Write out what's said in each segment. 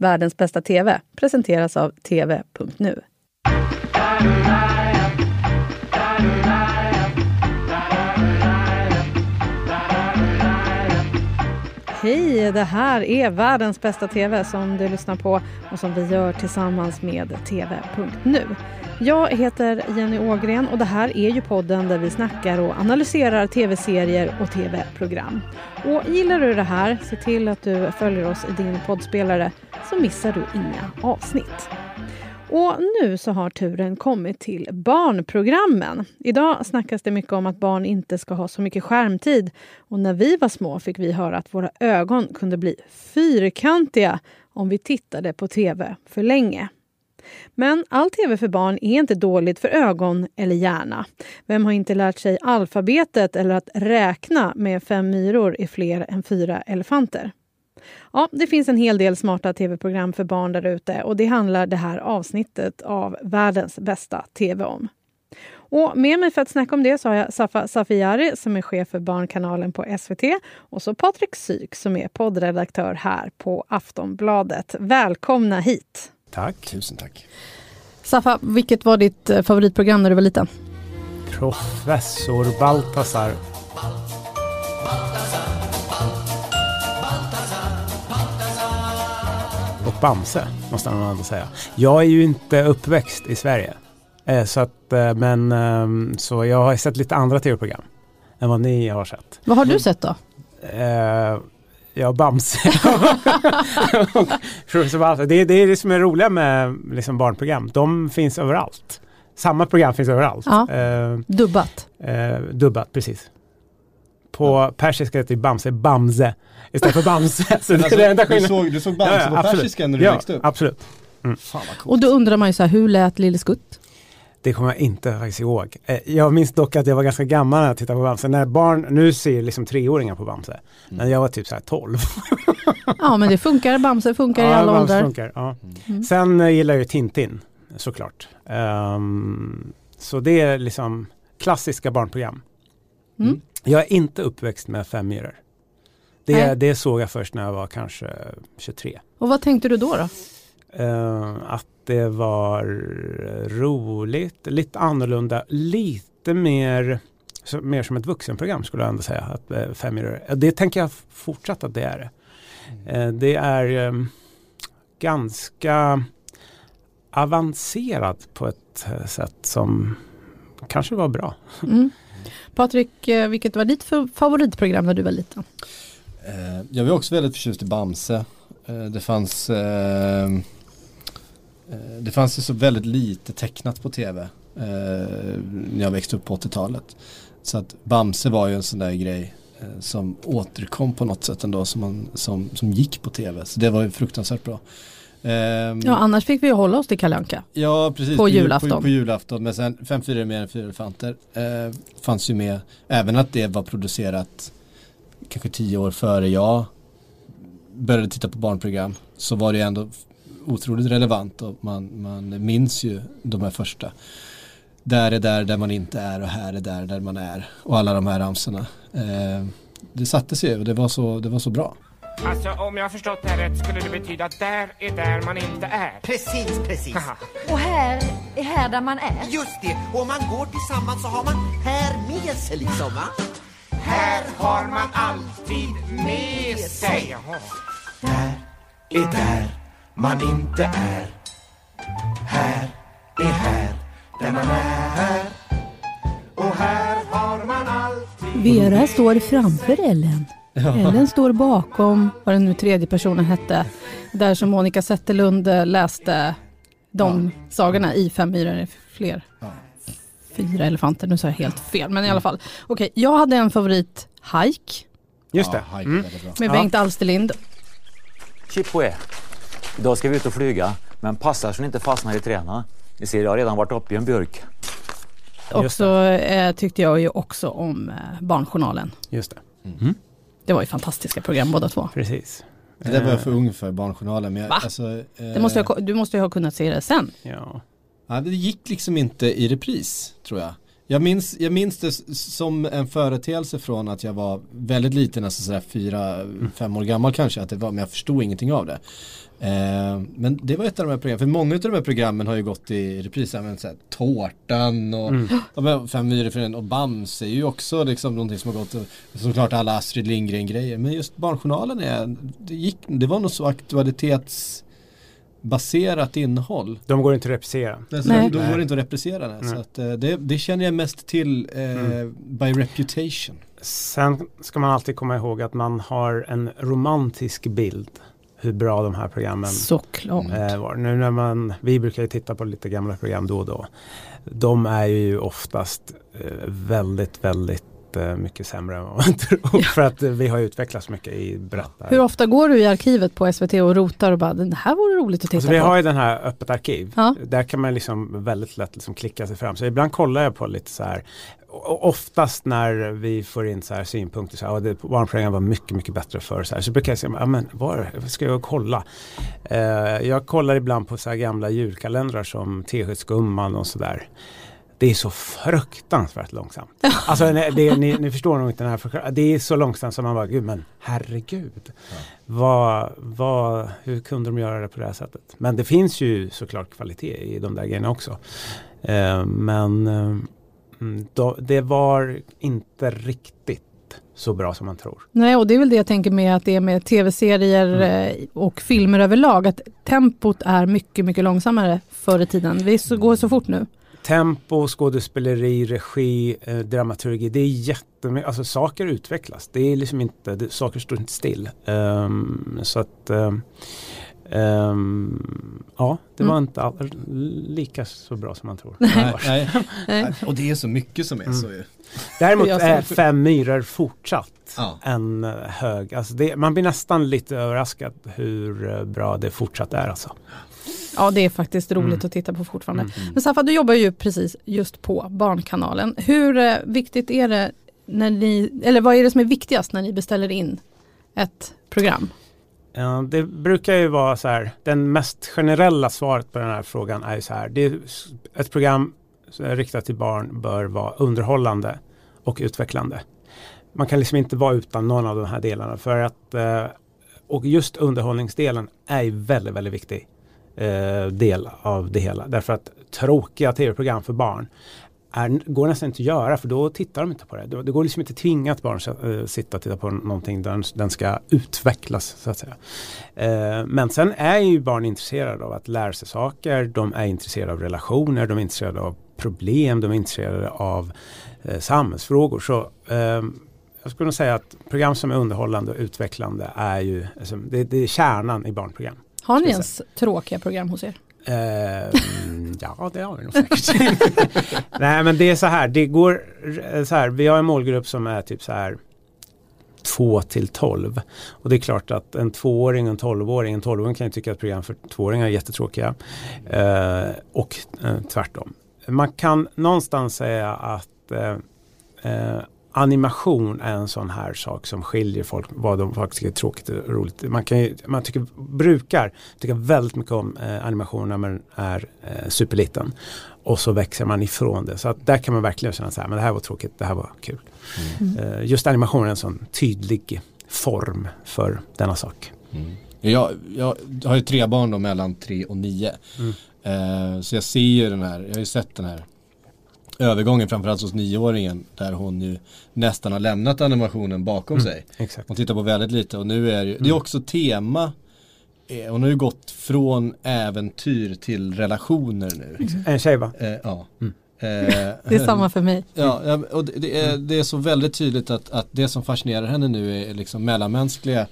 Världens bästa TV presenteras av tv.nu. Hej, det här är Världens bästa TV som du lyssnar på och som vi gör tillsammans med tv.nu. Jag heter Jenny Ågren och det här är ju podden där vi snackar och analyserar tv-serier och tv-program. Och gillar du det här, se till att du följer oss i din poddspelare så missar du inga avsnitt. Och nu så har turen kommit till barnprogrammen. Idag snackas det mycket om att barn inte ska ha så mycket skärmtid. Och när vi var små fick vi höra att våra ögon kunde bli fyrkantiga om vi tittade på tv för länge. Men all tv för barn är inte dåligt för ögon eller hjärna. Vem har inte lärt sig alfabetet eller att räkna med 5 myror är fler än 4 elefanter? Ja, det finns en hel del smarta tv-program för barn där ute och det handlar det här avsnittet av Världens bästa tv om. Och med mig för att snacka om det så har jag Safa Safiyari som är chef för Barnkanalen på SVT och så Patrik Syk som är poddredaktör här på Aftonbladet. Välkomna hit! Tack. Tusen tack. Safa, vilket var ditt favoritprogram när du var liten? Professor Baltasar. Och Bamse, måste man ändå säga. Jag är ju inte uppväxt i Sverige. Så jag har sett lite andra tv-program än vad ni har sett. Vad har du sett då? Ja, Bamse. Det är det som är roliga med liksom barnprogram. De finns överallt. Samma program finns överallt. Ja. Dubbat. Dubbat, precis. På persiska heter det Bamse istället för Bamse. Så det är det enda skillnaden. Du såg Bamse på persiska när du växte upp? Absolut. Fan vad coolt. Och då undrar man ju så här, hur lät Lille Skutt? Det kommer jag inte faktiskt ihåg. Jag minns dock att jag var ganska gammal när jag tittade på Bamse. När barn, nu ser liksom 3-åringar på Bamse. Men jag var typ så här 12. Ja, men det funkar. Bamse funkar i alla åldrar. Funkar, ja. Sen gillar jag ju Tintin, såklart. Så det är liksom klassiska barnprogram. Jag är inte uppväxt med 5 myror. Det såg jag först när jag var kanske 23. Och vad tänkte du då? Att det var roligt, lite annorlunda, lite mer som ett vuxenprogram skulle jag ändå säga. Att 5 myror. Det tänker jag fortsatt att det är. Det är ganska avancerat på ett sätt som kanske var bra. Patrik, vilket var ditt favoritprogram när du var liten? Jag var också väldigt förtjust i Bamse. Det fanns ju så väldigt lite tecknat på tv när jag växte upp på 80-talet. Så att Bamse var ju en sån där grej som återkom på något sätt ändå som gick på tv. Så det var ju fruktansvärt bra. Ja, annars fick vi ju hålla oss till Kalle Anka. Ja, precis. På julafton. På julafton. Men sen 5-4 är mer än 4 elefanter fanns ju med. Även att det var producerat kanske 10 år före jag började titta på barnprogram så var det ändå otroligt relevant och man minns ju de här första. Där är där man inte är och här är där man är och alla de här ramsorna. Det satte sig och det var så bra. Alltså om jag har förstått det här rätt skulle det betyda att där är där man inte är. Precis. Och här är här där man är. Just det, och om man går tillsammans så har man här med sig liksom, va? Här har man alltid med sig. Jaha. Här är där man inte är. Här är här där man är. Och här har man alltid. Vera står framför Ellen. Ja. Ellen står bakom, vad den nu tredje personen hette. Där som Monica Zetterlund läste de sagorna i 5 myror är fler. 4 elefanter, nu sa jag helt fel. Men i alla fall. Okej, jag hade en favorit, Hike. Just det. Med Bengt Alsterlind. Chippoe. Idag ska vi ut och flyga. Men passa så ni inte fastnar i träna. Ni ser, jag har redan varit uppe i en björk. Och så tyckte jag ju också om Barnjournalen. Just det. Det var ju fantastiska program båda två. Precis. Det där var jag för ung för, Barnjournalen. Men Va? Du måste ju ha kunnat se det sen. Ja. Ja, det gick liksom inte i repris, tror jag. Jag minns det som en företeelse från att jag var väldigt liten, alltså sådär 4-5 år gammal kanske, att det var, men jag förstod ingenting av det. Men det var ett av de här programmen, för många av de här programmen har ju gått i repris, men så här, Tårtan och 5 myror för en och Bamse är ju också liksom någonting som har gått, såklart alla Astrid Lindgren-grejer, men just Barnjournalen det var nog så aktualitetsbaserat innehåll. De går inte att reprisera. De går inte att reprisera det. Så att, det känner jag mest till by reputation. Sen ska man alltid komma ihåg att man har en romantisk bild hur bra de här programmen var. Nu när vi brukar ju titta på lite gamla program då och då. De är ju oftast väldigt, väldigt mycket sämre än vad man tror. För att vi har utvecklats mycket i berättare. Hur ofta går du i arkivet på SVT och rotar och bara, det här vore roligt att titta på? Vi har ju den här öppet arkiv. Ja. Där kan man liksom väldigt lätt liksom klicka sig fram. Så ibland kollar jag på lite så här. Oftast när vi får in så här synpunkter så här, barnprogram var mycket, mycket bättre för så här. Så brukar jag säga, men var ska jag kolla? Jag kollar ibland på så här gamla julkalendrar som Teskedsgumman och sådär. Det är så fruktansvärt långsamt. Alltså ni förstår nog inte den här det är så långsamt som man bara, gud men herregud. Hur kunde de göra det på det här sättet? Men det finns ju såklart kvalitet i de där grejerna också. Det var inte riktigt så bra som man tror. Nej, och det är väl det jag tänker med att det är med tv-serier och filmer överlag, att tempot är mycket, mycket långsammare förr i tiden. Vi går så fort nu. Tempo, skådespeleri, regi, dramaturgi, det är jättemycket, alltså saker utvecklas. Det är liksom inte, saker står inte still. Så att det var inte lika så bra som man tror. Nej. Och det är så mycket som är så ju. Däremot är 5 myror fortsatt en hög. Alltså man blir nästan lite överraskad hur bra det fortsatt är alltså. Ja, det är faktiskt roligt att titta på fortfarande. Men Safa, du jobbar ju precis just på Barnkanalen. Hur viktigt är det eller vad är det som är viktigast när ni beställer in ett program? Det brukar ju vara så här, den mest generella svaret på den här frågan är ju så här, det är ett program som är riktat till barn bör vara underhållande och utvecklande. Man kan liksom inte vara utan någon av de här delarna, för att och just underhållningsdelen är ju väldigt, väldigt viktig del av det hela. Därför att tråkiga tv-program för barn går nästan inte att göra, för då tittar de inte på det. Det går liksom inte tvinga att barn sitta och titta på någonting där den ska utvecklas så att säga. Men sen är ju barn intresserade av att lära sig saker, de är intresserade av relationer, de är intresserade av problem, de är intresserade av samhällsfrågor. Så jag skulle nog säga att program som är underhållande och utvecklande är ju, alltså, det är kärnan i barnprogram. Har ni ens tråkiga program hos er? Ja, det har vi nog säkert. Nej, men det är så här. Det går så här. Vi har en målgrupp som är typ så här 2-12. Och det är klart att en 2-åring och en 12-åring kan ju tycka att program för 2-åringar är jättetråkiga. Och tvärtom. Man kan någonstans säga att animation är en sån här sak som skiljer folk vad de faktiskt tycker är tråkigt och roligt. Man brukar tycka väldigt mycket om animation när man är superliten. Och så växer man ifrån det. Så att där kan man verkligen känna så här, men det här var tråkigt, det här var kul. Just animation är en sån tydlig form för denna sak. Jag har ju 3 barn då, mellan 3 och 9. Så jag ser ju jag har ju sett den här övergången, framförallt hos 9-åringen, där hon ju nästan har lämnat animationen bakom sig. Exakt. Hon tittar på väldigt lite, och nu är det är också tema. Hon har ju gått från äventyr till relationer nu. En tjej, va? Ja. Det är samma för mig. Ja, och det är så väldigt tydligt att det som fascinerar henne nu är liksom mellanmänskliga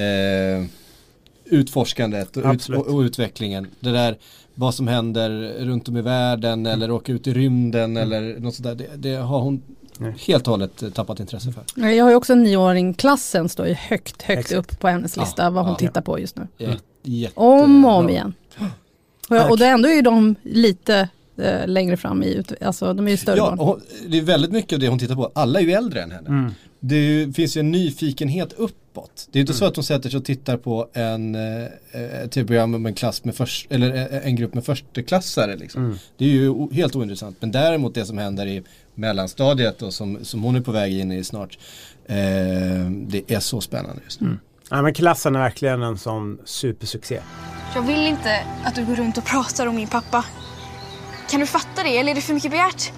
utforskandet och utvecklingen. Det där, vad som händer runt om i världen eller åka ut i rymden eller något sådär. Det har hon helt och hållet tappat intresse för. Jag har ju också en 9-åring. Klassen står ju högt upp på hennes lista vad hon tittar på just nu. Om och om igen. Och det ändå är ju de lite längre fram alltså de är ju större barn. Det är väldigt mycket av det hon tittar på. Alla är ju äldre än henne. Det finns ju en nyfikenhet uppåt. Det är inte så att hon sätter sig och tittar på ett program med en klass med en grupp med försteklassare liksom. Det är ju helt ointressant. Men däremot det som händer i mellanstadiet och som hon är på väg in i snart. Det är så spännande just nu. Ja, men Klassen är verkligen en sån supersuccé. Jag vill inte att du går runt och pratar om min pappa. Kan du fatta det, eller är det för mycket begärt?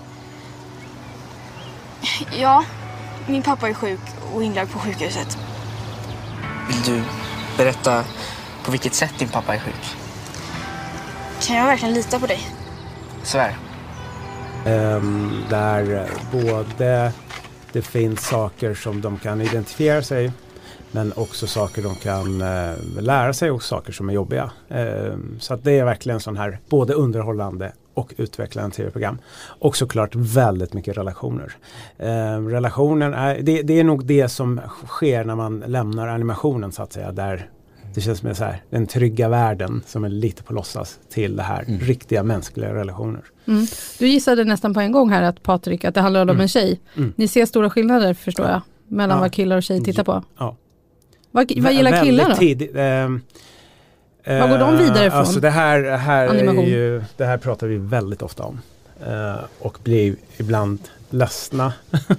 Ja, min pappa är sjuk och inlagd på sjukhuset. Vill du berätta på vilket sätt din pappa är sjuk? Kan jag verkligen lita på dig? Svär. Där både det finns saker som de kan identifiera sig, men också saker de kan lära sig och saker som är jobbiga. Så att det är verkligen sån här både underhållande och utvecklande tv-program. Och såklart väldigt mycket relationer. Relationen det är nog det som sker när man lämnar animationen, så att säga, där det känns som så här, den trygga världen som är lite på låtsas till det här riktiga mänskliga relationer. Du gissade nästan på en gång här att Patrik, att det handlar om en tjej. Ni ser stora skillnader, förstår jag, mellan vad killar och tjejer tittar på. Ja. Vad gillar killar då? Vad går de vidare ifrån? Alltså det här är ju, det här pratar vi väldigt ofta om. Och blir ibland ledsna.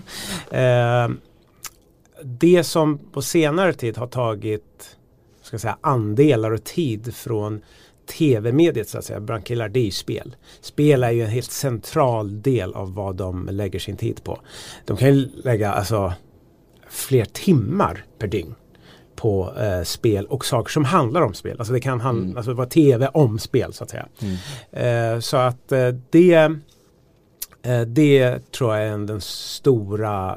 Det som på senare tid har tagit, ska jag säga, andelar och tid från tv-mediet, så att säga, bland killar, det är ju spel. Spel är ju en helt central del av vad de lägger sin tid på. De kan ju lägga fler timmar per dygn på spel och saker som handlar om spel. Alltså det kan vara tv om spel, så att säga. Så att det tror jag är den stora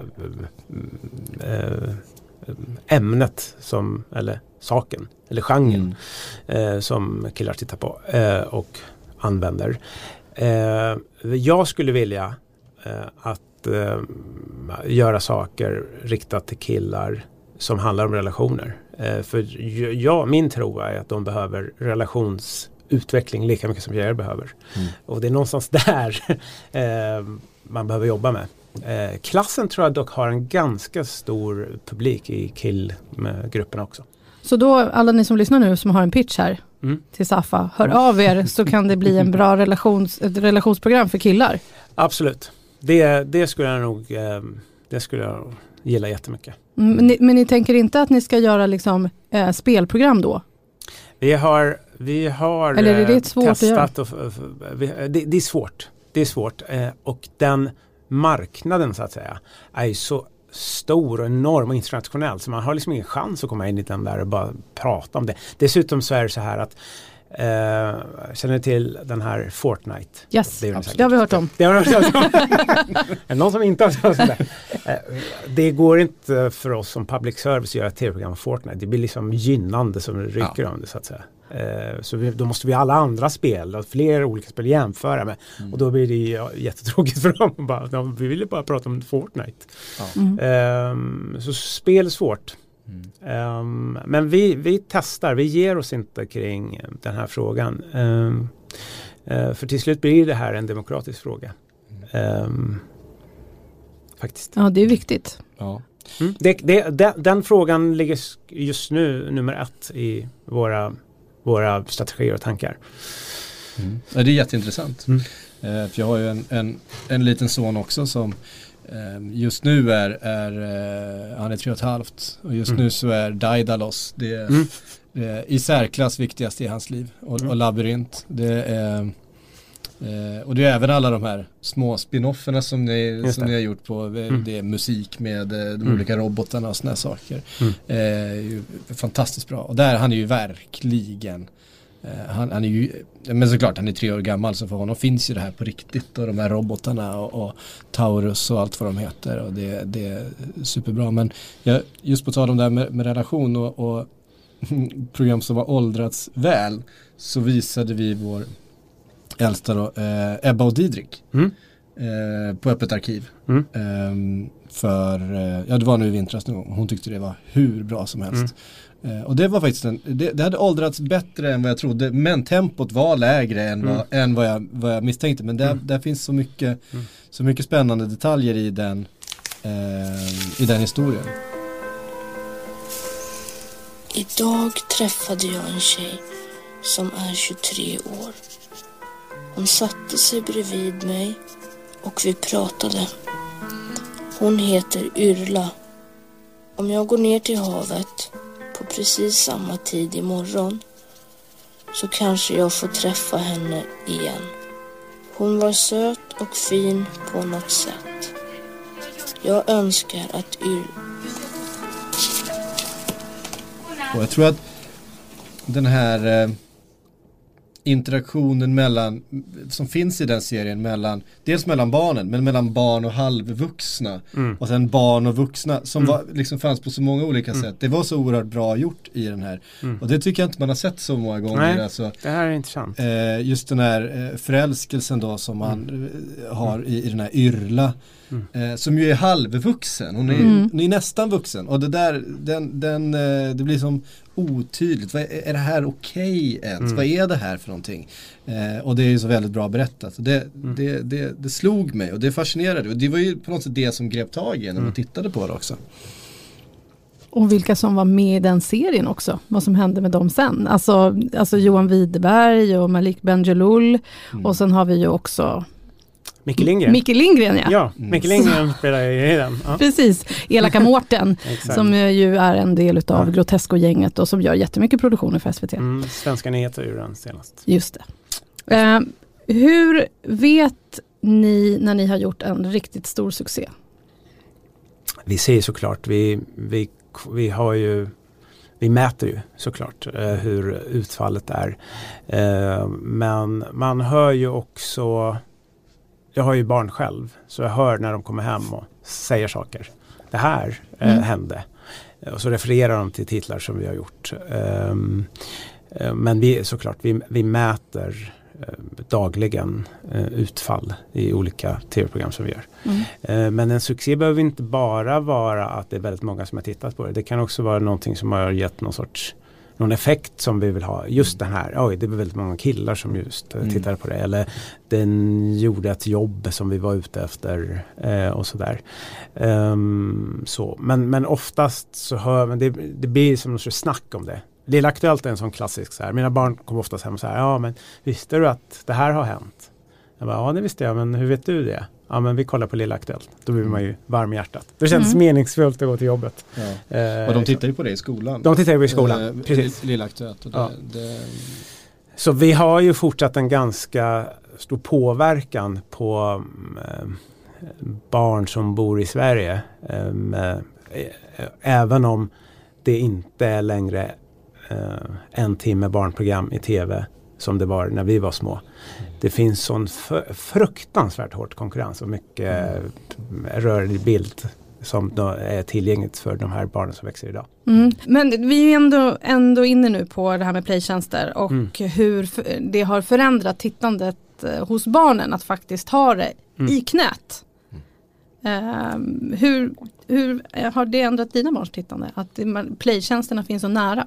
ämnet eller saken eller genren som killar tittar på och använder. Jag skulle vilja att göra saker riktat till killar som handlar om relationer. För min tro är att de behöver relationsutveckling lika mycket som tjejer behöver. Och det är någonstans där man behöver jobba med. Klassen tror jag dock har en ganska stor publik i killgrupperna också. Så då, alla ni som lyssnar nu som har en pitch här till Safa, hör av er, så kan det bli en bra ett relationsprogram för killar. Absolut. Det skulle jag nog gilla jättemycket. Men ni tänker inte att ni ska göra liksom spelprogram då? Vi har eller är det svårt testat det är svårt. Det är svårt. Och den marknaden, så att säga, är ju så stor och enorm och internationell, så man har liksom ingen chans att komma in i den där och bara prata om det. Dessutom så är det så här att känner till den här Fortnite? Yes, det har vi hört om. Det har vi hört om. Är någon som inte har hört om det? Det går inte för oss som public service att göra ett tv-program om Fortnite. Det blir liksom gynnande som rycker om det, så att säga. Så då måste vi alla andra spel och fler olika spel jämföra med. Och då blir det jättetråkigt för dem. Vi vill ju bara prata om Fortnite. Så spel är svårt. Men vi testar, vi ger oss inte kring den här frågan. För till slut blir det här en demokratisk fråga. Faktiskt. Ja, det är viktigt. Ja. Den frågan ligger just nu nummer 1 i våra strategier och tankar. Ja, det är jätteintressant. För jag har ju en liten son också som just nu är han är 3,5 och just nu så är Daidalos det i särklass viktigast i hans liv och Labyrint och det är även alla de här små spin-offerna som ni har gjort på det är musik med de olika robotarna och såna här saker. Är ju fantastiskt bra, och där han är ju verkligen han är ju, men såklart han är 3 år gammal, så för honom finns ju det här på riktigt, och de här robotarna och Taurus och allt vad de heter, och det är superbra. Men just på tal om det här med relation och program som har åldrats väl, så visade vi vår äldsta då, Ebba och Didrik på Öppet arkiv det var nu i vintras någon gång. Hon tyckte det var hur bra som helst. Och det var faktiskt det hade åldrats bättre än vad jag trodde, men tempot var lägre än vad jag misstänkte, men där finns så mycket spännande detaljer i den historien. Idag träffade jag en tjej som är 23 år. Hon satte sig bredvid mig och vi pratade. Hon heter Yrla. Om jag går ner till havet på precis samma tid imorgon så kanske jag får träffa henne igen. Hon var söt och fin på något sätt. Jag önskar att Och jag tror att den här interaktionen som finns i den serien dels mellan barnen, men mellan barn och halvvuxna och sen barn och vuxna som liksom fanns på så många olika sätt. Det var så oerhört bra gjort i den här. Och det tycker jag inte man har sett så många gånger. Nej, alltså, det här är intressant. Just den här förälskelsen då som man har i den här Yrla. Som ju är halvvuxen. Hon är nästan vuxen. Och det där det blir som otydligt. Är det här okej ens? Vad är det här för någonting? Och det är ju så väldigt bra berättat. Det slog mig och det fascinerade. Och det var ju på något sätt det som grep tag i när man tittade på det också. Och vilka som var med i den serien också. Vad som hände med dem sen. Alltså Johan Widerberg och Malik Bendjelloul. Och sen har vi ju också Micke Lindgren. Micke Lindgren, ja. Ja, Micke Lindgren spelar i den. Ja. Precis, Elaka Mårten som ju är en del av Grotesco-gänget och som gör jättemycket produktioner för SVT. Svenska nyheter är ju den senast. Just det. Hur vet ni när ni har gjort en riktigt stor succé? Vi ser såklart, vi mäter ju såklart hur utfallet är. Men man hör ju också. Jag har ju barn själv, så jag hör när de kommer hem och säger saker. Det här hände. Och så refererar de till titlar som vi har gjort. Men vi mäter dagligen utfall i olika tv-program som vi gör. Men en succé behöver inte bara vara att det är väldigt många som har tittat på det. Det kan också vara någonting som har gett någon effekt som vi vill ha. Just den här, det var väldigt många killar som just tittade på det. Eller den gjorde ett jobb som vi var ute efter och sådär. Så. Men oftast så hör man, det blir som något snack om det. Lilla Aktuellt är en sån klassisk så här. Mina barn kommer oftast hem och säger, men visste du att det här har hänt? Jag bara, det visste jag, men hur vet du det? Ja, men vi kollar på Lilla Aktuellt. Då blir man ju varm i hjärtat. Det känns meningsfullt att gå till jobbet. Ja. Och de tittar ju på det i skolan. De tittar ju i skolan, precis. Lilla Aktuellt. Och Så vi har ju fortsatt en ganska stor påverkan på barn som bor i Sverige. Även om det inte är längre en timme barnprogram i tv som det var när vi var små. Det finns sån fruktansvärt hård konkurrens och mycket rörlig bild som då är tillgängligt för de här barnen som växer idag. Men vi är ju ändå inne nu på det här med playtjänster och hur det har förändrat tittandet hos barnen att faktiskt ha det i knät. Hur har det ändrat dina barns tittande? Att playtjänsterna finns så nära?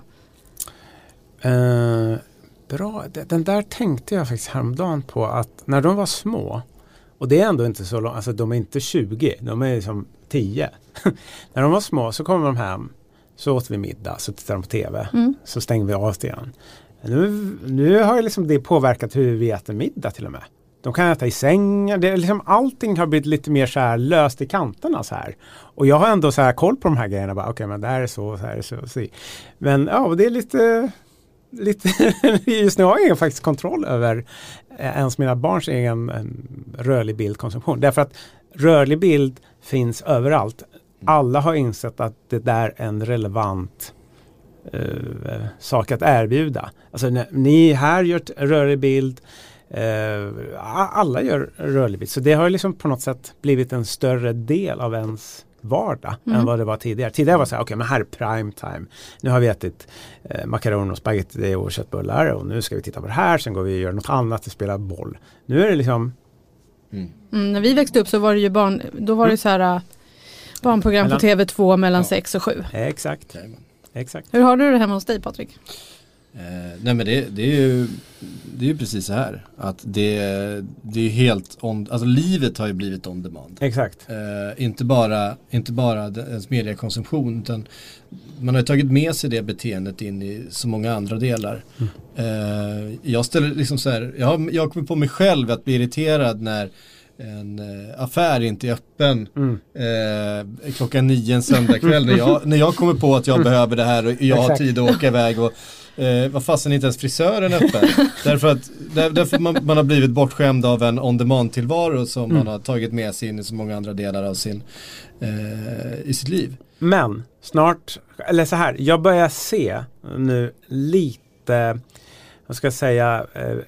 Bra, den där tänkte jag faktiskt häromdagen på att när de var små, och det är ändå inte så långt, alltså de är inte 20, de är liksom 10. När de var små så kom de hem, så åt vi middag, så tittade de på tv, så stängde vi av det igen. Nu har liksom det påverkat hur vi äter middag till och med. De kan äta i sängen, det är liksom, allting har blivit lite mer så här löst i kanterna så här. Och jag har ändå så här koll på de här grejerna, bara okej, men det här är så här är så. Men det är lite just nu har jag faktiskt kontroll över ens mina barns egen rörlig bildkonsumtion. Därför att rörlig bild finns överallt. Alla har insett att det där är en relevant sak att erbjuda. Alltså ni här gör rörlig bild, alla gör rörlig bild. Så det har liksom på något sätt blivit en större del av ens vardag än vad det var tidigare. Tidigare var det så här, okej, men här är prime time. Nu har vi ätit makaroner och spaghetti och köttbullar och nu ska vi titta på det här, sen går vi och gör något annat och spelar boll. Nu är det liksom när vi växte upp så var det ju då var det så här barnprogram på TV2 mellan 6 och 7. Exakt. Hur har du det hemma hos dig, Patrik? Nej, men det är ju precis så här att det är helt alltså livet har ju blivit on demand. Exakt. Inte bara ens mediekonsumtion, utan man har tagit med sig det beteendet in i så många andra delar. Jag ställer liksom så här, jag kommer på mig själv att bli irriterad när en affär inte är öppen klockan 9 en söndagkväll när jag kommer på att jag behöver det här och jag har tid att åka iväg och vad fasen inte ens frisören öppen. därför man har blivit bortskämd av en on-demand-tillvaro som man har tagit med sig in i så många andra delar av i sitt liv. Men snart, eller så här, jag börjar se nu lite, vad ska jag säga,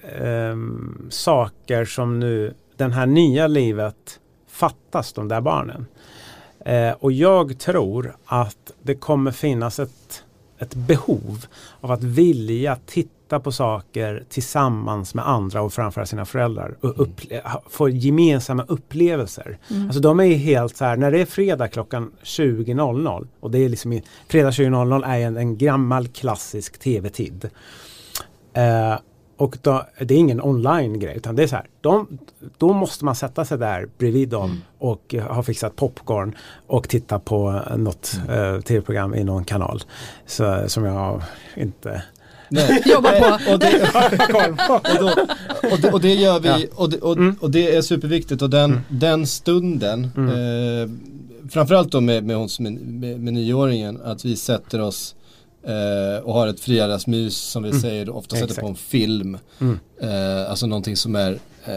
saker som nu den här nya livet fattas de där barnen. Och jag tror att det kommer finnas ett behov av att vilja titta på saker tillsammans med andra och framför sina föräldrar och få gemensamma upplevelser. Alltså de är helt så här, när det är fredag klockan 20.00 och det är liksom fredag 20.00 är en gammal klassisk tv-tid. Och då, det är ingen online-grej utan det är så här, då måste man sätta sig där bredvid dem och ha fixat popcorn och titta på något tv-program i någon kanal som jag inte jobbar på. Och det gör vi och det är superviktigt och den stunden framförallt då med 9-åringen att vi sätter oss och har ett fredagsmys som vi säger ofta sätter på en film alltså någonting som är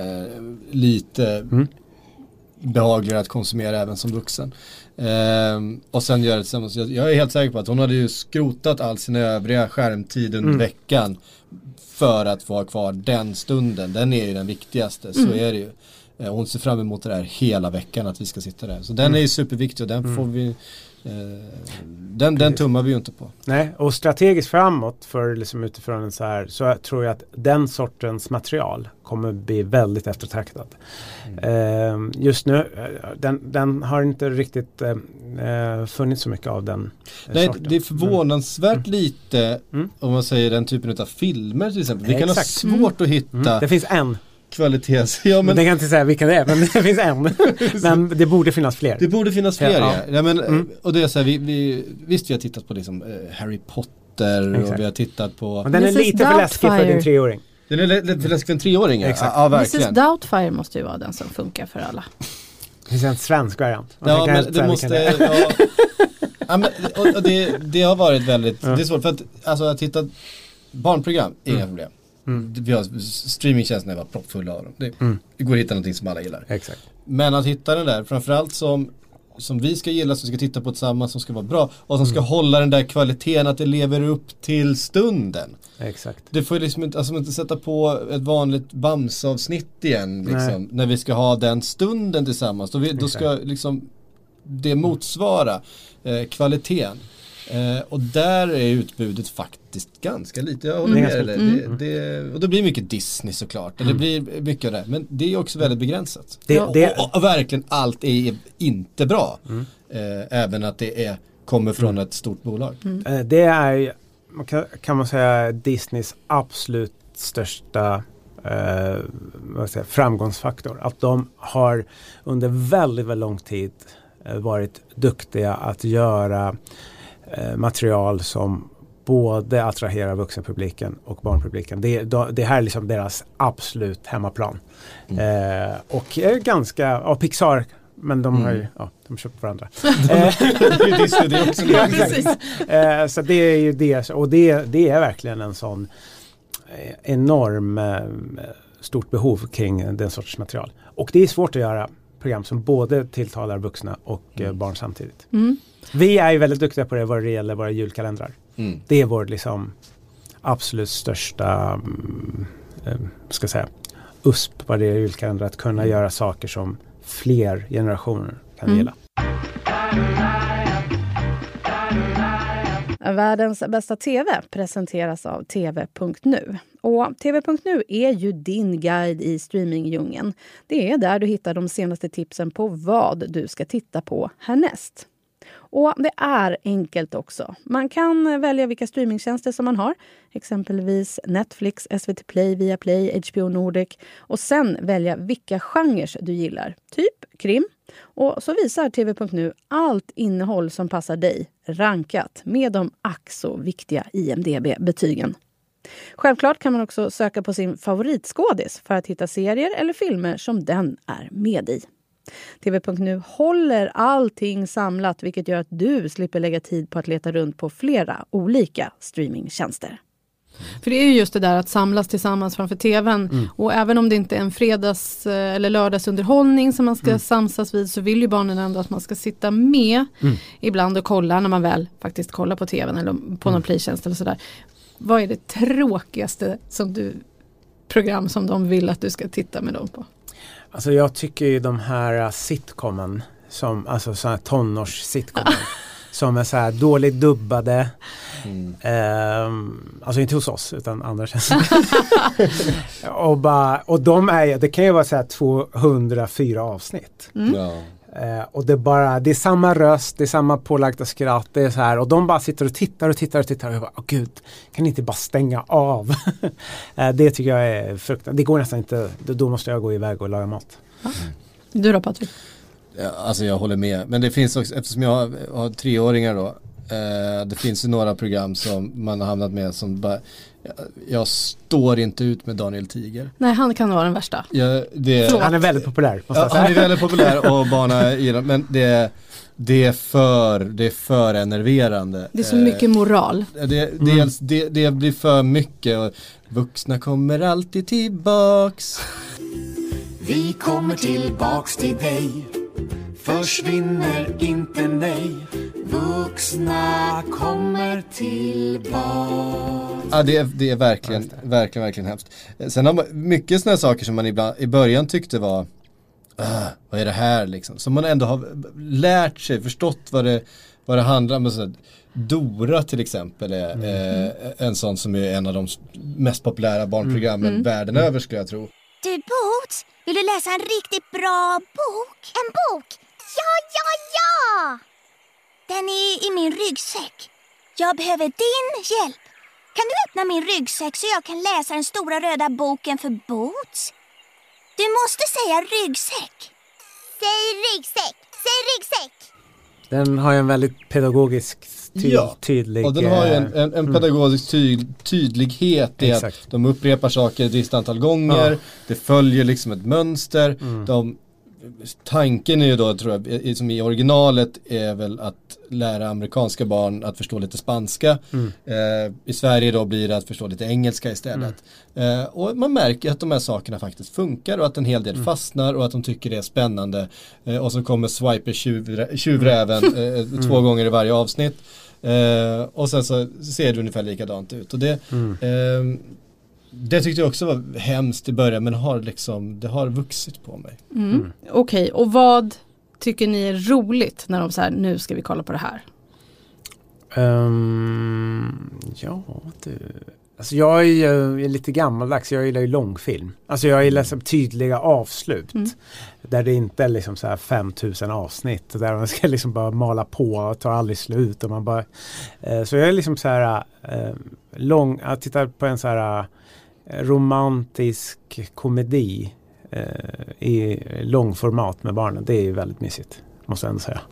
lite behagligare att konsumera även som vuxen och sen gör det tillsammans. Jag är helt säker på att hon hade ju skrotat all sin övriga skärmtid under veckan för att få ha kvar den stunden. Den är ju den viktigaste, så är det ju. Hon ser fram emot det här hela veckan att vi ska sitta där. Så den är ju superviktig och den får vi den tummar vi ju inte på. Nej, och strategiskt framåt för liksom utifrån en så tror jag att den sortens material kommer bli väldigt eftertraktad. Just nu den har inte riktigt funnits så mycket av den sorten. Det är förvånansvärt lite om man säger den typen av filmer till exempel. Vi kan ha svårt att hitta. Det finns en kvalitets. Ja, men det kan inte säga vilken det är, men det finns en. Men det borde finnas fler. Det borde finnas fler, ja. Men, och det är så här, visst vi har tittat på liksom, Harry Potter och vi har tittat på. Och den är lite för läskig för din 3-åring. Den är lite för läskig för en 3-åring, ja. Exakt. Ja, verkligen. Mrs. Doubtfire måste ju vara den som funkar för alla. Det finns en svensk variant. Ja, men det måste... Ja, men, och det har varit väldigt... Det är svårt för att, alltså, att titta barnprogram, inga problem. Vi har streamingtjänsterna var proppfulla av dem. Det går att hitta någonting som alla gillar. Exakt. Men att hitta den där, framförallt som vi ska gilla, som ska titta på tillsammans, som ska vara bra och som ska hålla den där kvaliteten att det lever upp till stunden. Exakt. Det får liksom inte sätta på ett vanligt Bamse-avsnitt igen liksom, när vi ska ha den stunden tillsammans. Då ska liksom det motsvara kvaliteten. Och där är utbudet faktiskt ganska lite. Jag håller med. Och det blir mycket Disney såklart. Det blir mycket av det. Men det är också väldigt begränsat. Och verkligen allt är inte bra. Även att det kommer från ett stort bolag. Det är, kan man säga, Disneys absolut största framgångsfaktor. Att de har under väldigt, väldigt lång tid varit duktiga att göra material som både attraherar vuxenpubliken och barnpubliken. Det här är liksom deras absolut hemmaplan. Och ganska, Pixar, men de har ju, de köpt varandra. Så det är ju det, och det är verkligen en sån enorm stort behov kring den sorts material. Och det är svårt att göra program som både tilltalar vuxna och barn samtidigt. Vi är ju väldigt duktiga på det vad det gäller våra julkalendrar. Det är vår liksom absolut största ska säga USP vad det är julkalendrar, att kunna göra saker som fler generationer kan gilla. Världens bästa TV presenteras av TV.nu. Och TV.nu är ju din guide i streamingdjungeln. Det är där du hittar de senaste tipsen på vad du ska titta på härnäst. Och det är enkelt också. Man kan välja vilka streamingtjänster som man har. Exempelvis Netflix, SVT Play, Viaplay, HBO Nordic. Och sen välja vilka genrer du gillar. Typ krim. Och så visar TV.nu allt innehåll som passar dig. Rankat med de ack så viktiga IMDb-betygen. Självklart kan man också söka på sin favoritskådis för att hitta serier eller filmer som den är med i. TV.nu håller allting samlat, vilket gör att du slipper lägga tid på att leta runt på flera olika streamingtjänster. För det är ju just det där att samlas tillsammans framför tvn. Och även om det inte är en fredags- eller lördagsunderhållning som man ska samsas vid, så vill ju barnen ändå att man ska sitta med ibland och kolla när man väl faktiskt kollar på tvn eller på någon playtjänst eller sådär. Vad är det tråkigaste program som de vill att du ska titta med dem på? Alltså jag tycker ju de här sitcomen, alltså sådana här tonårs-sitcomen som är så här dåligt dubbade. Alltså inte hos oss utan andra tjänster. och det kan ju vara så här 204 avsnitt. Och det är samma röst, det är samma pålagda skratt, det är så här, och de bara sitter och tittar och jag bara, åh gud, kan ni inte bara stänga av? Det tycker jag är fruktansvärt. Det går nästan inte, då måste jag gå iväg och laga mat. Du då, Patrik? Ja, alltså jag håller med, men det finns också, eftersom jag har 3-åringar då, det finns ju några program som man har hamnat med som bara, jag står inte ut med Daniel Tiger. Nej, han kan vara den värsta. Han är väldigt populär. Han är väldigt populär och barnen gillar, men det är för enerverande. Det är så mycket moral. Det blir för mycket och vuxna kommer alltid tillbaks. Vi kommer tillbaks till dig. Försvinner inte, nej. Vuxna kommer tillbaks. Ja, det är verkligen hemskt. Sen har man mycket sådana saker som man ibland i början tyckte var vad är det här liksom? Som man ändå har lärt sig, förstått vad det handlar om. Så Dora till exempel är en sån som är en av de mest populära barnprogrammen världen över, skulle jag tro. Du Boots, vill du läsa en riktigt bra bok? En bok? Ja! Den är i min ryggsäck. Jag behöver din hjälp. Kan du öppna min ryggsäck så jag kan läsa den stora röda boken för Boots? Du måste säga ryggsäck. Säg ryggsäck. Säg ryggsäck. Den har ju en väldigt pedagogisk tydlig... och den har ju en pedagogisk tydlighet i att de upprepar saker ett visst antal gånger. Ja. Det följer liksom ett mönster. Tanken är ju då, tror jag, som i originalet är väl att lära amerikanska barn att förstå lite spanska. I Sverige då blir det att förstå lite engelska istället. Och man märker att de här sakerna faktiskt funkar och att en hel del fastnar och att de tycker det är spännande. Och så kommer Swiper tjuvräven 2 gånger i varje avsnitt. Och sen så ser det ungefär likadant ut. Och det tyckte jag också var hemskt i början, men det har vuxit på mig. Okej, och vad tycker ni är roligt när de säger nu ska vi kolla på det här? Alltså jag är ju lite gammaldags. Jag gillar ju långfilm. Alltså jag gillar så tydliga avslut. Där det inte är liksom så här 5000 avsnitt. Där man ska liksom bara mala på och tar aldrig slut. Och man bara, så jag är liksom så här jag tittar på en så här romantisk komedi i långformat med barnen. Det är ju väldigt mysigt, måste jag ändå säga.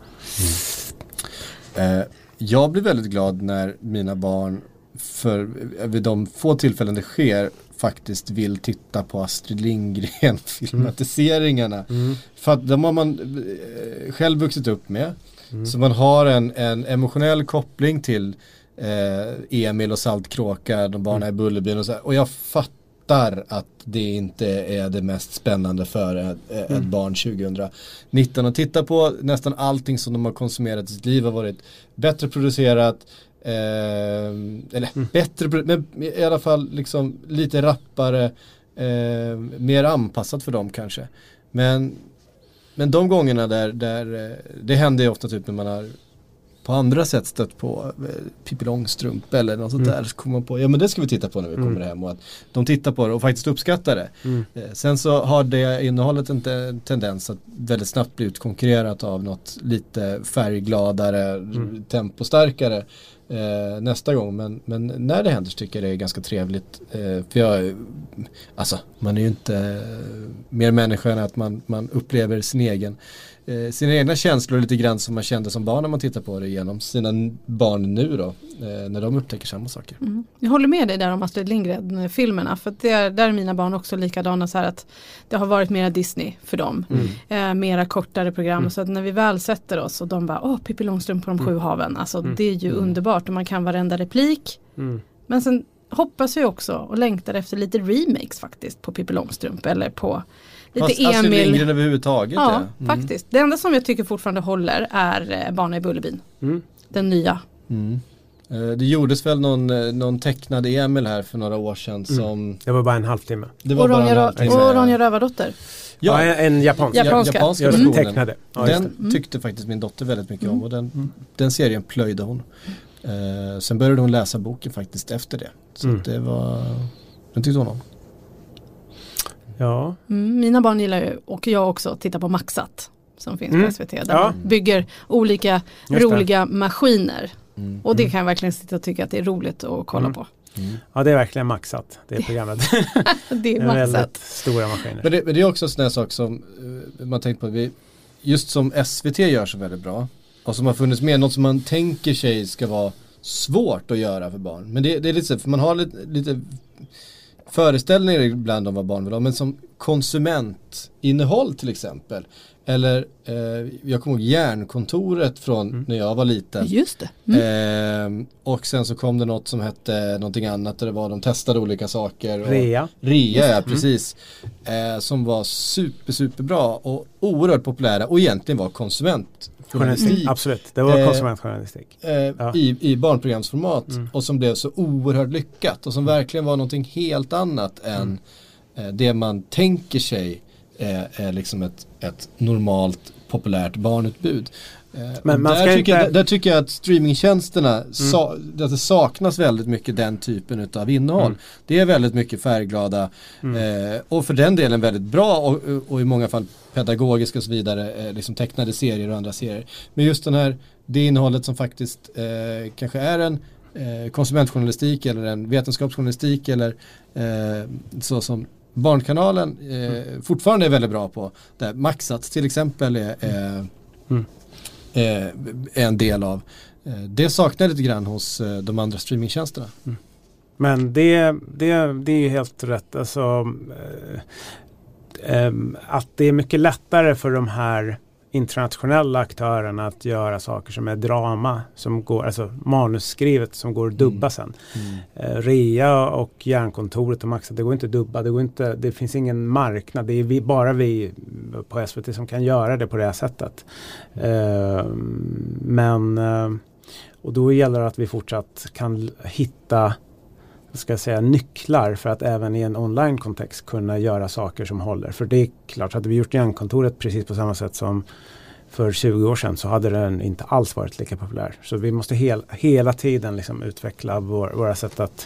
Jag blir väldigt glad när mina barn, för vid de få tillfällen det sker, faktiskt vill titta på Astrid Lindgren filmatiseringarna. För att de har man själv vuxit upp med. Så man har en emotionell koppling till Emil och Saltkråka, de barnen i Bullerbyn och så här. Och jag fattar att det inte är det mest spännande för ett barn 2019 att titta på. Nästan allting som de har konsumerat i sitt liv har varit bättre producerat, bättre, men i alla fall liksom lite rappare, mer anpassat för dem kanske. Men de gångerna där det händer ju ofta typ när man har på andra sätt stött på Pippi Långstrump eller något sånt där, så kommer man på, ja men det ska vi titta på när vi kommer hem, och att de tittar på det och faktiskt uppskattar det. Sen så har det innehållet en tendens att väldigt snabbt bli utkonkurrerat av något lite färggladare, tempostarkare nästa gång. Men när det händer så tycker jag det är ganska trevligt. För man är ju inte mer människa än att man upplever sina egna känslor lite grann som man kände som barn när man tittar på det genom sina barn nu då, när de upptäcker samma saker. Jag håller med dig där om Astrid Lindgren-filmerna, för att där är mina barn också likadana, så här att det har varit mera Disney för dem. Mera kortare program, så att när vi väl sätter oss och de bara, Pippi Långstrump på de 7 haven, alltså det är ju underbart och man kan varenda replik. Men sen hoppas jag också och längtar efter lite remakes faktiskt på Pippi Långstrump eller på lite Emil. Astrid Lindgren överhuvudtaget. Ja, faktiskt. Det enda som jag tycker fortfarande håller är Barnen i Bullerbyn. Den nya. Det gjordes väl någon tecknad Emil här för några år sedan som... Det var bara en halvtimme. Och Ronja Rövardotter. Ja, en japanska. Jag tecknade. Den tyckte faktiste min dotter väldigt mycket om och den serien plöjde hon. Sen började hon läsa boken faktiskt efter det. Så det var... Den tyckte hon om. Ja. Mina barn gillar ju, och jag också, titta på Maxat som finns på SVT. Där man bygger olika roliga maskiner. Och det kan jag verkligen sitta och tycka att det är roligt att kolla på. Ja, det är verkligen maxat, det programmet. Det är maxat. Väldigt stora maskiner. Men det är också en sån här sak som man tänkt på, just som SVT gör så väldigt bra. Och som har funnits med, något som man tänker sig ska vara svårt att göra för barn. Men det är lite så, för man har lite föreställningar ibland om vad barn vill ha, men som konsumentinnehåll till exempel. Eller jag kommer ihåg Järnkontoret från när jag var liten. Just det. Och sen så kom det något som hette någonting annat där det var, de testade olika saker. Rea, ja, precis. Som var superbra och oerhört populära och egentligen var konsumentjournalistik. Absolut, det var konsumentjournalistik. I barnprogramsformat och som blev så oerhört lyckat och som verkligen var någonting helt annat än det man tänker sig är liksom ett normalt populärt barnutbud. Men där tycker jag att streamingtjänsterna att det saknas väldigt mycket den typen av innehåll. Det är väldigt mycket färgglada och för den delen väldigt bra och i många fall pedagogiska och så vidare, liksom tecknade serier och andra serier. Men just det innehållet som faktiskt kanske är en konsumentjournalistik eller en vetenskapsjournalistik eller så som Barnkanalen fortfarande är väldigt bra på. Där Maxat till exempel är en del av. Det saknar lite grann hos de andra streamingtjänsterna. Men det är ju helt rätt. Alltså, att det är mycket lättare för de här internationella aktörerna att göra saker som är drama, som går, alltså manusskrivet som går att dubba sen. Rea och Järnkontoret och Maxat, det går inte att dubba, det finns ingen marknad, det är bara vi på SVT som kan göra det på det här sättet. Och då gäller det att vi fortsatt kan hitta nycklar för att även i en online-kontext kunna göra saker som håller. För det är klart, hade vi gjort Järnkontoret precis på samma sätt som för 20 år sedan så hade den inte alls varit lika populär. Så vi måste hela tiden liksom utveckla våra sätt att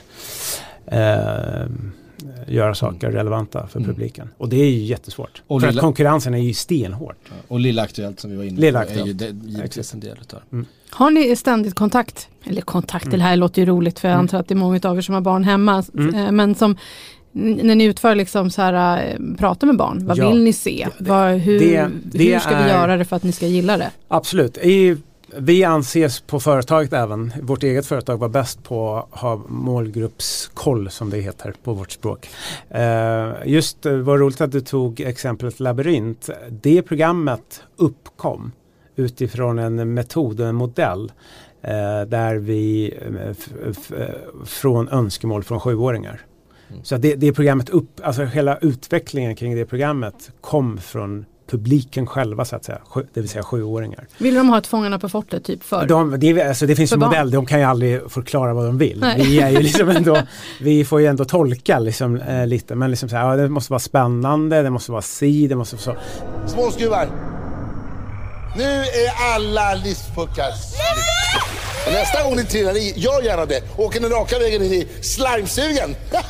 göra saker relevanta för publiken. Och det är ju jättesvårt. Och för att konkurrensen är ju stenhårt. Och Lilla Aktuellt som vi var inne på är ju givetvis en del utav. Har ni ständigt kontakt? Eller kontakt, det här låter ju roligt för jag antar att det är många av er som har barn hemma. Men som när ni utför liksom så här, prata med barn, vad vill ni se? Hur ska vi göra det för att ni ska gilla det? Absolut. Vi anses på företaget även, vårt eget företag var bäst på att ha målgruppskoll som det heter på vårt språk. Just var roligt att du tog exemplet Labyrint. Det programmet uppkom utifrån en metod och en modell där vi från önskemål från 7-åringar. Så det programmet alltså hela utvecklingen kring det programmet kom från publiken själva så att säga, det vill säga 7-åringar. Vill de ha ett Fångarna på fortet typ för? Det finns en modell, de kan ju aldrig förklara vad de vill. Vi är ju liksom ändå, vi får ju ändå tolka liksom, lite, men liksom så här, det måste vara spännande, det måste vara det måste vara så. Småskruvar. Nu är alla livspuckar. Nästa gång ni trillar i, gör gärna det. Åker den raka vägen in i slimesugen.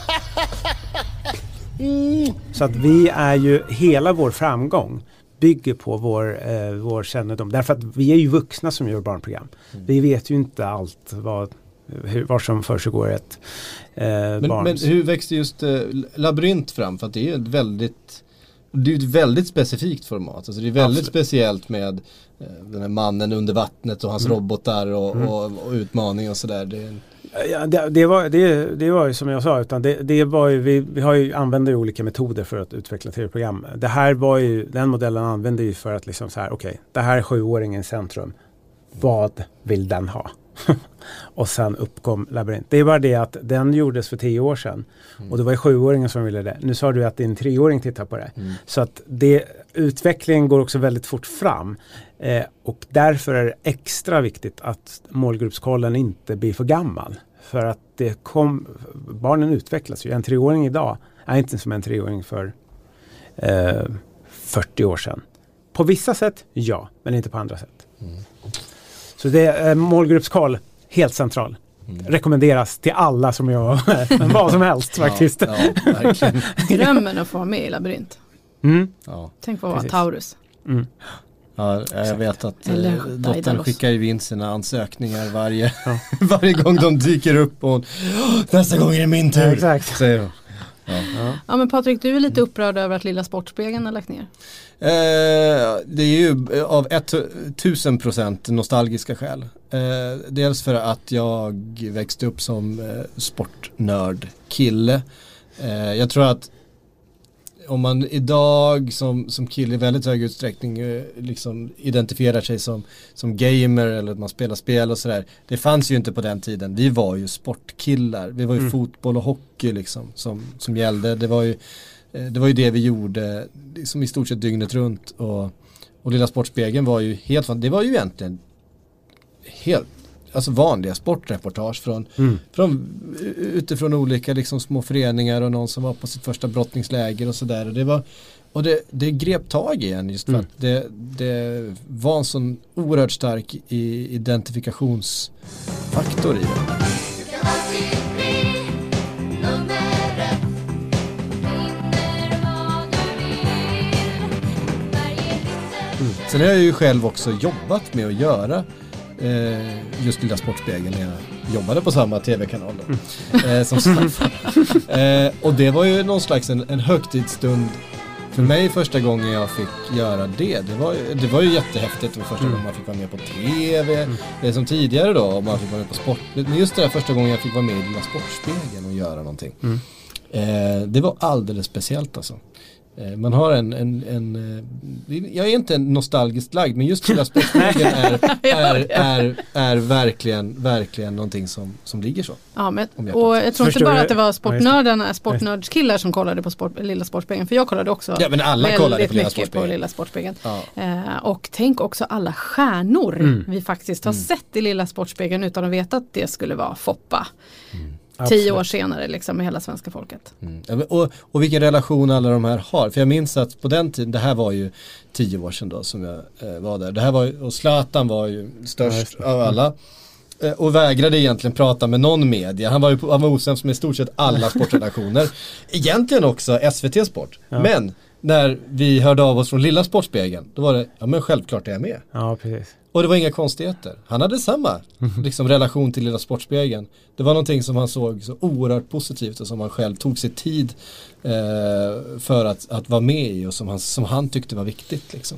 Så att vi är ju, hela vår framgång bygger på vår kännedom. Därför att vi är ju vuxna som gör barnprogram. Vi vet ju inte allt vad var som försiggår ett barn. Men hur växte just Labyrint fram? För att det är ett väldigt specifikt format. Alltså det är väldigt speciellt med den här mannen under vattnet och hans robotar och utmaning och sådär. Det var ju som jag sa, utan det var ju, vi har ju använder ju olika metoder för att utveckla tv-program. Det här var ju, den modellen använde ju för att liksom så här, okej, det här är 7-åringen i centrum. Vad vill den ha? Och sen uppkom Labyrint. Det är bara det att den gjordes för 10 år sedan. Och det var ju 7-åringen som ville det. Nu sa du att din 3-åring tittar på det. Så att utvecklingen går också väldigt fort fram. Och därför är det extra viktigt att målgruppskollen inte blir för gammal. För att barnen utvecklas ju. En 3-åring idag är inte som en 3-åring för 40 år sedan. På vissa sätt, ja. Men inte på andra sätt. Så det är målgruppskoll helt central. Rekommenderas till alla som jag men vad som helst faktiskt. Ja, verkligen. Drömmen att få vara med i Labyrint. Tänk på att vara Taurus. Ja, jag vet att dottern skickar ju in sina ansökningar varje gång de dyker upp och nästa gång är det min tur. Ja, exakt. Säger de. Ja, men Patrik, du är lite upprörd över att Lilla Sportspegeln har lagt ner. Det är ju av 1000% nostalgiska skäl. Dels för att jag växte upp som sportnörd-kille. Jag tror att om man idag som kille i väldigt hög utsträckning liksom identifierar sig som gamer eller att man spelar spel och sådär. Det fanns ju inte på den tiden. Vi var ju sportkillar. Vi var ju fotboll och hockey liksom som gällde. Det var ju det vi gjorde liksom i stort sett dygnet runt. Och Lilla Sportspegeln var ju det var ju egentligen helt alltså vanliga sportreportage från utifrån olika liksom små föreningar och någon som var på sitt första brottningsläger och sådär. Och det grep tag igen just för att det var en sån oerhört stark identifikationsfaktor i det. Sen har jag ju själv också jobbat med att göra just Lilla Sportspegeln när jag jobbade på samma tv-kanal som staff. Och det var ju någon slags en högtidsstund för mig första gången jag fick göra det. Det var ju jättehäftigt. Det var första gången man fick vara med på tv. Det är som tidigare då, om man fick vara med på sport. Men just det där första gången jag fick vara med i Lilla Sportspegeln och göra någonting. Det var alldeles speciellt alltså. Man har jag är inte nostalgiskt lagd, men just Lilla Sportspegeln är verkligen någonting som ligger så. Ja, och jag tror inte bara att det var sportnördskillar som kollade på Lilla Sportspegeln, för jag kollade också. Ja, men alla kollade på Lilla Sportspegeln. Ja. Och tänk också alla stjärnor vi faktiskt har sett i Lilla Sportspegeln utan att veta att det skulle vara Foppa. 10 år senare liksom med hela svenska folket. Och vilken relation alla de här har. För jag minns att på den tiden, det här var ju 10 år sedan då som jag var där. Det här var, och Zlatan var ju störst av alla. Och vägrade egentligen prata med någon media. Han var osämst med i stort sett alla sportredaktioner. Egentligen också SVT Sport. Ja. Men när vi hörde av oss från Lilla Sportspegeln, då var det, ja men självklart är jag med. Ja, precis. Och det var inga konstigheter. Han hade samma liksom, relation till Lilla Sportspegeln. Det var någonting som han såg så oerhört positivt och som han själv tog sig tid för att vara med i och som han tyckte var viktigt. Liksom.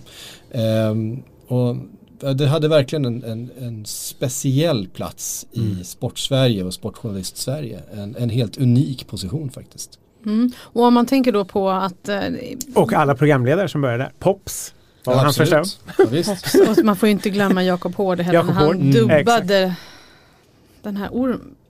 Och det hade verkligen en speciell plats i Sportsverige och Sportjournalist-Sverige. En helt unik position faktiskt. Och om man tänker då på att... och alla programledare som började där. Pops. Ja, han förstår. Ja, och man får ju inte glömma Jakob Hård heller när han dubbade den här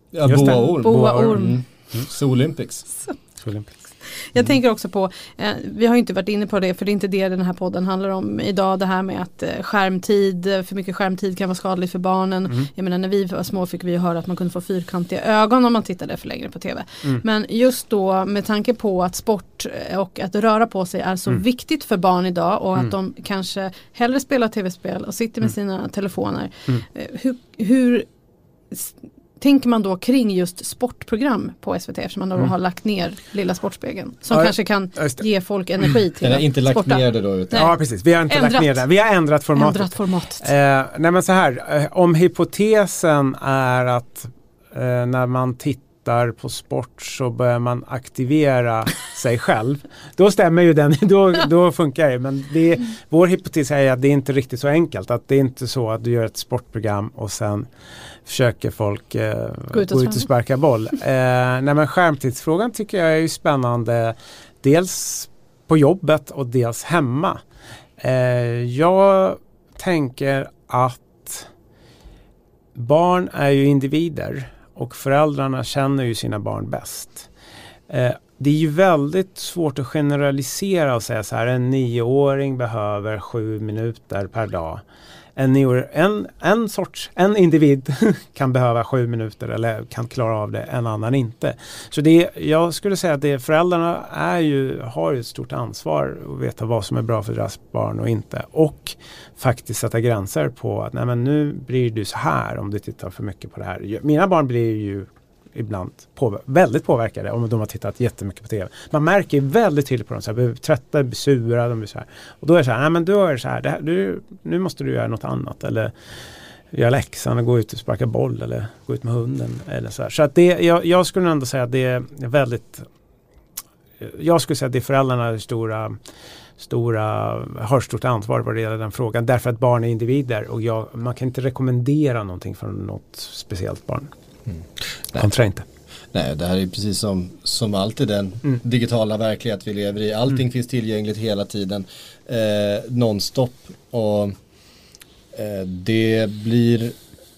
Boa Orm. Solympics. Jag tänker också på, vi har ju inte varit inne på det för det är inte det den här podden handlar om idag, det här med att för mycket skärmtid kan vara skadligt för barnen. Jag menar när vi var små fick vi ju höra att man kunde få fyrkantiga ögon om man tittade för länge på tv. Men just då med tanke på att sport och att röra på sig är så viktigt för barn idag och att de kanske hellre spelar tv-spel och sitter med sina telefoner. Hur tänker man då kring just sportprogram på SVT eftersom man då har lagt ner Lilla Sportspegeln som kanske kan ge folk energi till att inte lagt ner det då utan. Ja, precis. Vi har inte lagt ner det. Vi har ändrat formatet. Ändrat formatet. Nej men så här, om hypotesen är att när man tittar på sport så börjar man aktivera sig själv. Då stämmer ju den, då funkar det. Men vår hypotes är att det är inte riktigt så enkelt. Att det är inte så att du gör ett sportprogram och sen försöker folk gå ut och sparka boll. Nej, men skärmtidsfrågan tycker jag är ju spännande. Dels på jobbet och dels hemma. Jag tänker att barn är ju individer och föräldrarna känner ju sina barn bäst. Det är ju väldigt svårt att generalisera och säga så här, en 9-åring behöver 7 minuter per dag. En individ kan behöva 7 minuter eller kan klara av det, en annan inte. Så jag skulle säga att föräldrarna har ett stort ansvar att veta vad som är bra för deras barn och inte. Och faktiskt sätta gränser på att nej, men nu blir du så här om du tittar för mycket på det här. Mina barn blir ju ibland väldigt påverkade om de har tittat jättemycket på tv. Man märker väldigt tydligt på dem så här, blir trötta, blir sura, de blir så här. Och då är det så här, nej men då är det så här, nu måste du göra något annat eller göra läxan och gå ut och sparka boll eller gå ut med hunden eller så här. Så att jag skulle ändå säga att det är väldigt, jag skulle säga att det är föräldrarna har stort ansvar vad det gäller den frågan, därför att barn är individer och man kan inte rekommendera någonting för något speciellt barn. Kontra inte. Nej, det här är precis som alltid den digitala verklighet vi lever i. Allting finns tillgängligt hela tiden, nonstop, och det blir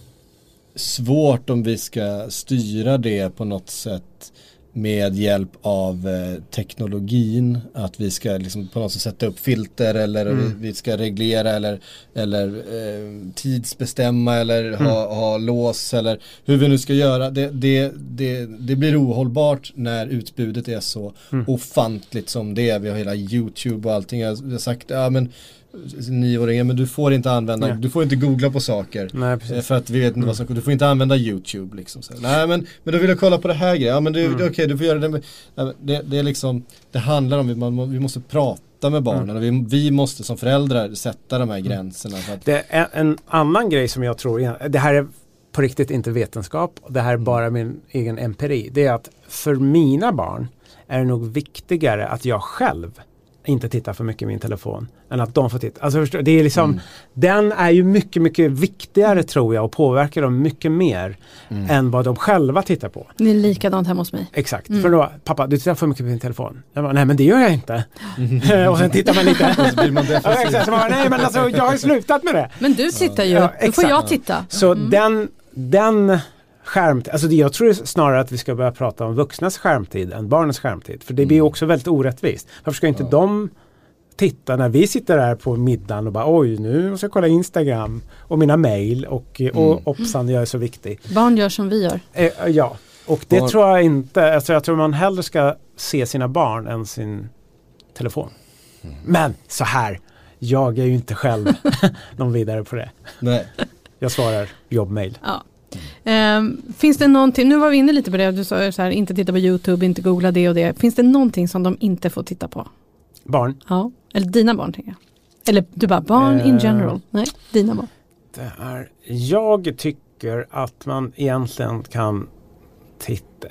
svårt om vi ska styra det på något sätt med hjälp av teknologin, att vi ska liksom på något sätt sätta upp filter eller vi ska reglera eller tidsbestämma eller ha lås eller hur vi nu ska göra. Det blir ohållbart när utbudet är så ofantligt som det är. Vi har hela YouTube och allting. Jag har sagt, ja men 9-åringar, men du får inte använda, du får inte googla på saker. Nej, för att vi vet inte vad som, du får inte använda YouTube liksom. Så, nej, men då vill jag kolla på det här grejen. Ja, men det är okej, du får göra det. Det är liksom, det handlar om vi måste prata med barnen och vi måste som föräldrar sätta de här gränserna. För att det är en annan grej som jag tror, det här är på riktigt inte vetenskap, och det här är bara min egen empiri. Det är att för mina barn är det nog viktigare att jag själv inte tittar för mycket i min telefon än att de får titta. Alltså, det är liksom, den är ju mycket, mycket viktigare tror jag och påverkar dem mycket mer än vad de själva tittar på. Det är likadant hemma hos mig. Exakt. För då, pappa, du tittar för mycket på din telefon. Jag bara, nej men det gör jag inte. Och sen tittar man lite. Och så blir man exakt. Så man bara, nej men alltså jag har slutat med det. Men du tittar ju, då får jag titta. Så den skärmtid, alltså jag tror snarare att vi ska börja prata om vuxnas skärmtid än barnens skärmtid. För det blir också väldigt orättvist. Varför ska inte de titta när vi sitter där på middagen och bara oj, nu måste jag kolla Instagram och mina mejl och hoppsan, jag är så viktig. Barn gör som vi gör. Ja, och det tror jag inte, alltså jag tror man hellre ska se sina barn än sin telefon. Men så här, jag är ju inte själv någon vidare på det. Nej. Jag svarar jobbmail. Ja. Finns det någonting, nu var vi inne lite på det, du sa så här, inte titta på YouTube, inte googla det och det. Finns det någonting som de inte får titta på? Barn? Ja, eller dina barn tänker jag. Eller du bara, barn in general. Nej, dina barn. Jag tycker att man egentligen kan titta.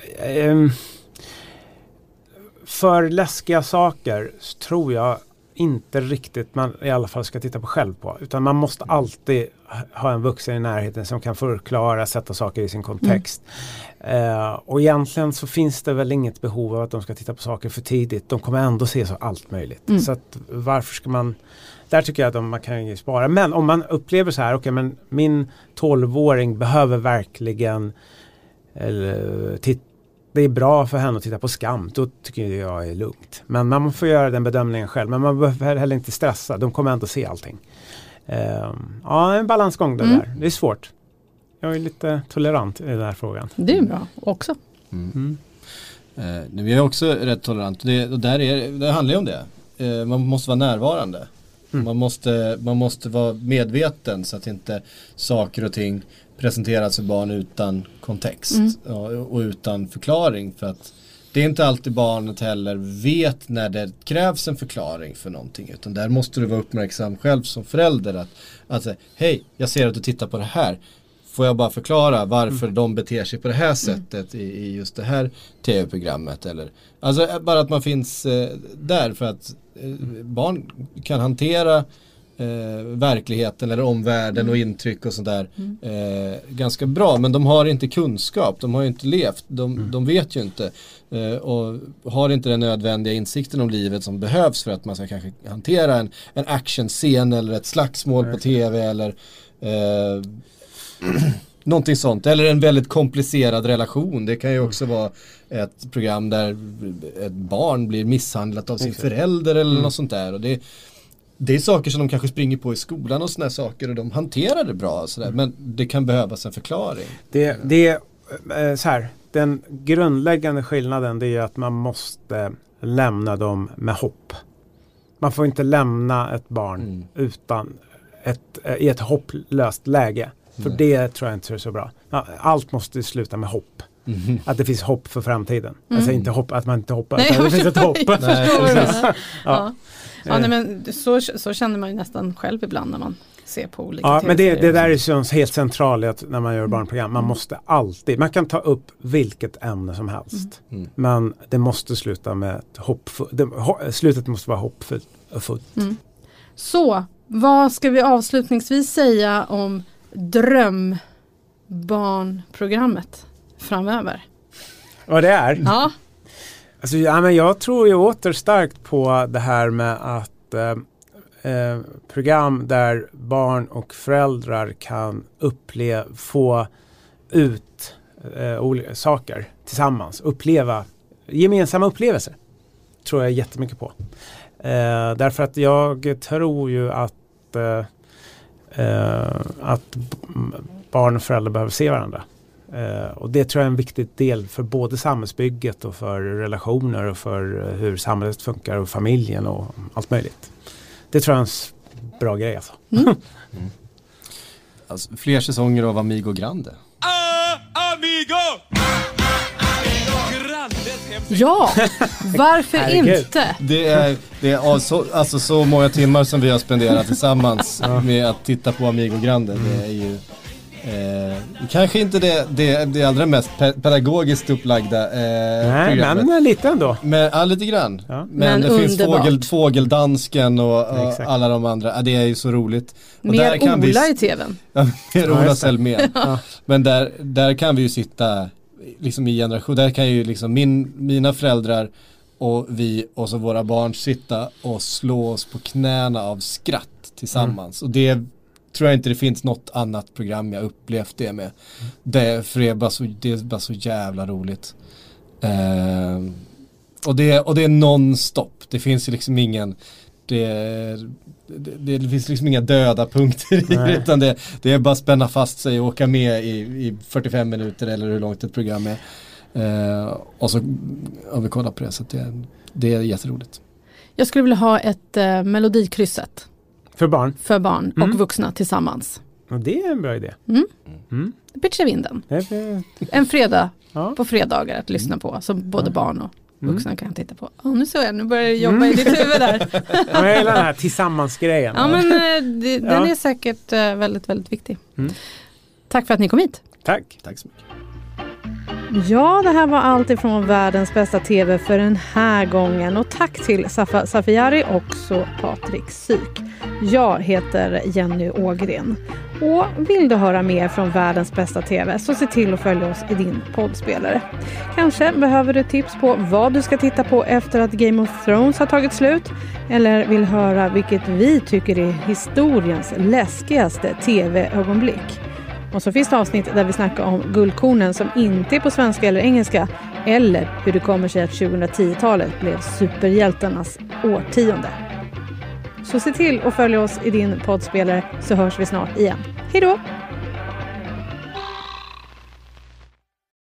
För läskiga saker tror jag inte riktigt man i alla fall ska titta på själv på. Utan man måste alltid ha en vuxen i närheten som kan förklara, sätta saker i sin kontext. Och egentligen så finns det väl inget behov av att de ska titta på saker för tidigt. De kommer ändå se så allt möjligt. Så att varför ska man... Där tycker jag att man kan ju spara. Men om man upplever så här, okej, men min 12-åring behöver verkligen det är bra för henne att titta på Skam. Då tycker jag är lugnt. Men man får göra den bedömningen själv. Men man behöver heller inte stressa. De kommer ändå se allting. En balansgång där. Det är svårt. Jag är lite tolerant i den här frågan. Det är bra också. Vi är också rätt tolerant. Det handlar ju om det. Man måste vara närvarande. Man måste vara medveten så att inte saker och ting presenteras för barn utan kontext och utan förklaring, för att det är inte alltid barnet heller vet när det krävs en förklaring för någonting, utan där måste du vara uppmärksam själv som förälder att säga, hej, jag ser att du tittar på det här, får jag bara förklara varför de beter sig på det här sättet i just det här tv-programmet. Eller, alltså bara att man finns där för att barn kan hantera verkligheten eller omvärlden och intryck och sådär ganska bra, men de har inte kunskap, de har ju inte levt, de vet ju inte och har inte den nödvändiga insikten om livet som behövs för att man ska kanske hantera en actionscen eller ett slagsmål på tv eller någonting sånt, eller en väldigt komplicerad relation. Det kan ju också vara ett program där ett barn blir misshandlat av sin förälder eller något sånt där, och det är saker som de kanske springer på i skolan och såna här saker, och de hanterar det bra och sådär, men det kan behövas en förklaring. Det är så här, den grundläggande skillnaden, det är att man måste lämna dem med hopp. Man får inte lämna ett barn utan i ett hopplöst läge. För det tror jag inte är så bra. Allt måste sluta med hopp. Att det finns hopp för framtiden. Alltså inte hopp, att man inte hoppar. Nej, det finns ett hopp. Nej, men så känner man ju nästan själv ibland när man ser på olika TV-serier. Men det där är så helt centralt när man gör barnprogram. Man måste alltid, man kan ta upp vilket ämne som helst. Men det måste sluta med ett slutet måste vara hoppfullt. Så, vad ska vi avslutningsvis säga om drömbarnprogrammet framöver? Vad det är? Ja. Alltså, men jag tror ju åter starkt på det här med att program där barn och föräldrar kan få ut olika saker tillsammans, uppleva gemensamma upplevelser, tror jag jättemycket på. Därför att jag tror ju att barn och föräldrar behöver se varandra. Och det tror jag är en viktig del för både samhällsbygget och för relationer och för hur samhället funkar och familjen och allt möjligt. Det tror jag är en bra grej alltså. Alltså, fler säsonger av Amigo Grande. Amigo! Ja, varför inte? Det är så många timmar som vi har spenderat tillsammans med att titta på Amigo Grande. Det är ju kanske inte det allra mest pedagogiskt upplagda programmet. Men lite ändå. Lite grann. Ja. Men det finns Fågeldansken och alla de andra. Det är ju så roligt. Och mer där kan Ola i tvn. Mer Ola Selmén. Men där kan vi ju sitta liksom i generation. Där kan ju liksom mina föräldrar och vi och så våra barn sitta och slå oss på knäna av skratt tillsammans. Och det tror jag inte det finns något annat program jag upplevt det med. Det är bara så jävla roligt. Och det är non-stop. Det finns liksom ingen det finns liksom inga döda punkter i det, utan det är bara spänna fast sig och åka med i 45 minuter eller hur långt ett program är. Och så har vi kollat på det, så det är jätteroligt. Jag skulle vilja ha ett melodikrysset. För barn och vuxna tillsammans. Och det är en bra idé. Det pitchar vi in den. En fredag på fredagar att lyssna på, som både barn och vuxna kan titta på. Nu börjar jag jobba i ditt huvud där. Jag gillar den här tillsammans-grejen. Ja, men den är säkert väldigt, väldigt viktig. Tack för att ni kom hit. Tack så mycket. Ja, det här var allt ifrån Världens bästa TV för den här gången. Och tack till Safa Safiari och så Patrik Syk. Jag heter Jenny Ågren. Och vill du höra mer från Världens bästa TV, så se till att följa oss i din poddspelare. Kanske behöver du tips på vad du ska titta på efter att Game of Thrones har tagit slut. Eller vill höra vilket vi tycker är historiens läskigaste TV-ögonblick. Och så finns det avsnitt där vi snackar om guldkornen som inte är på svenska eller engelska. Eller hur det kommer sig att 2010-talet blev superhjältarnas årtionde. Så se till att följa oss i din poddspelare, så hörs vi snart igen. Hej då!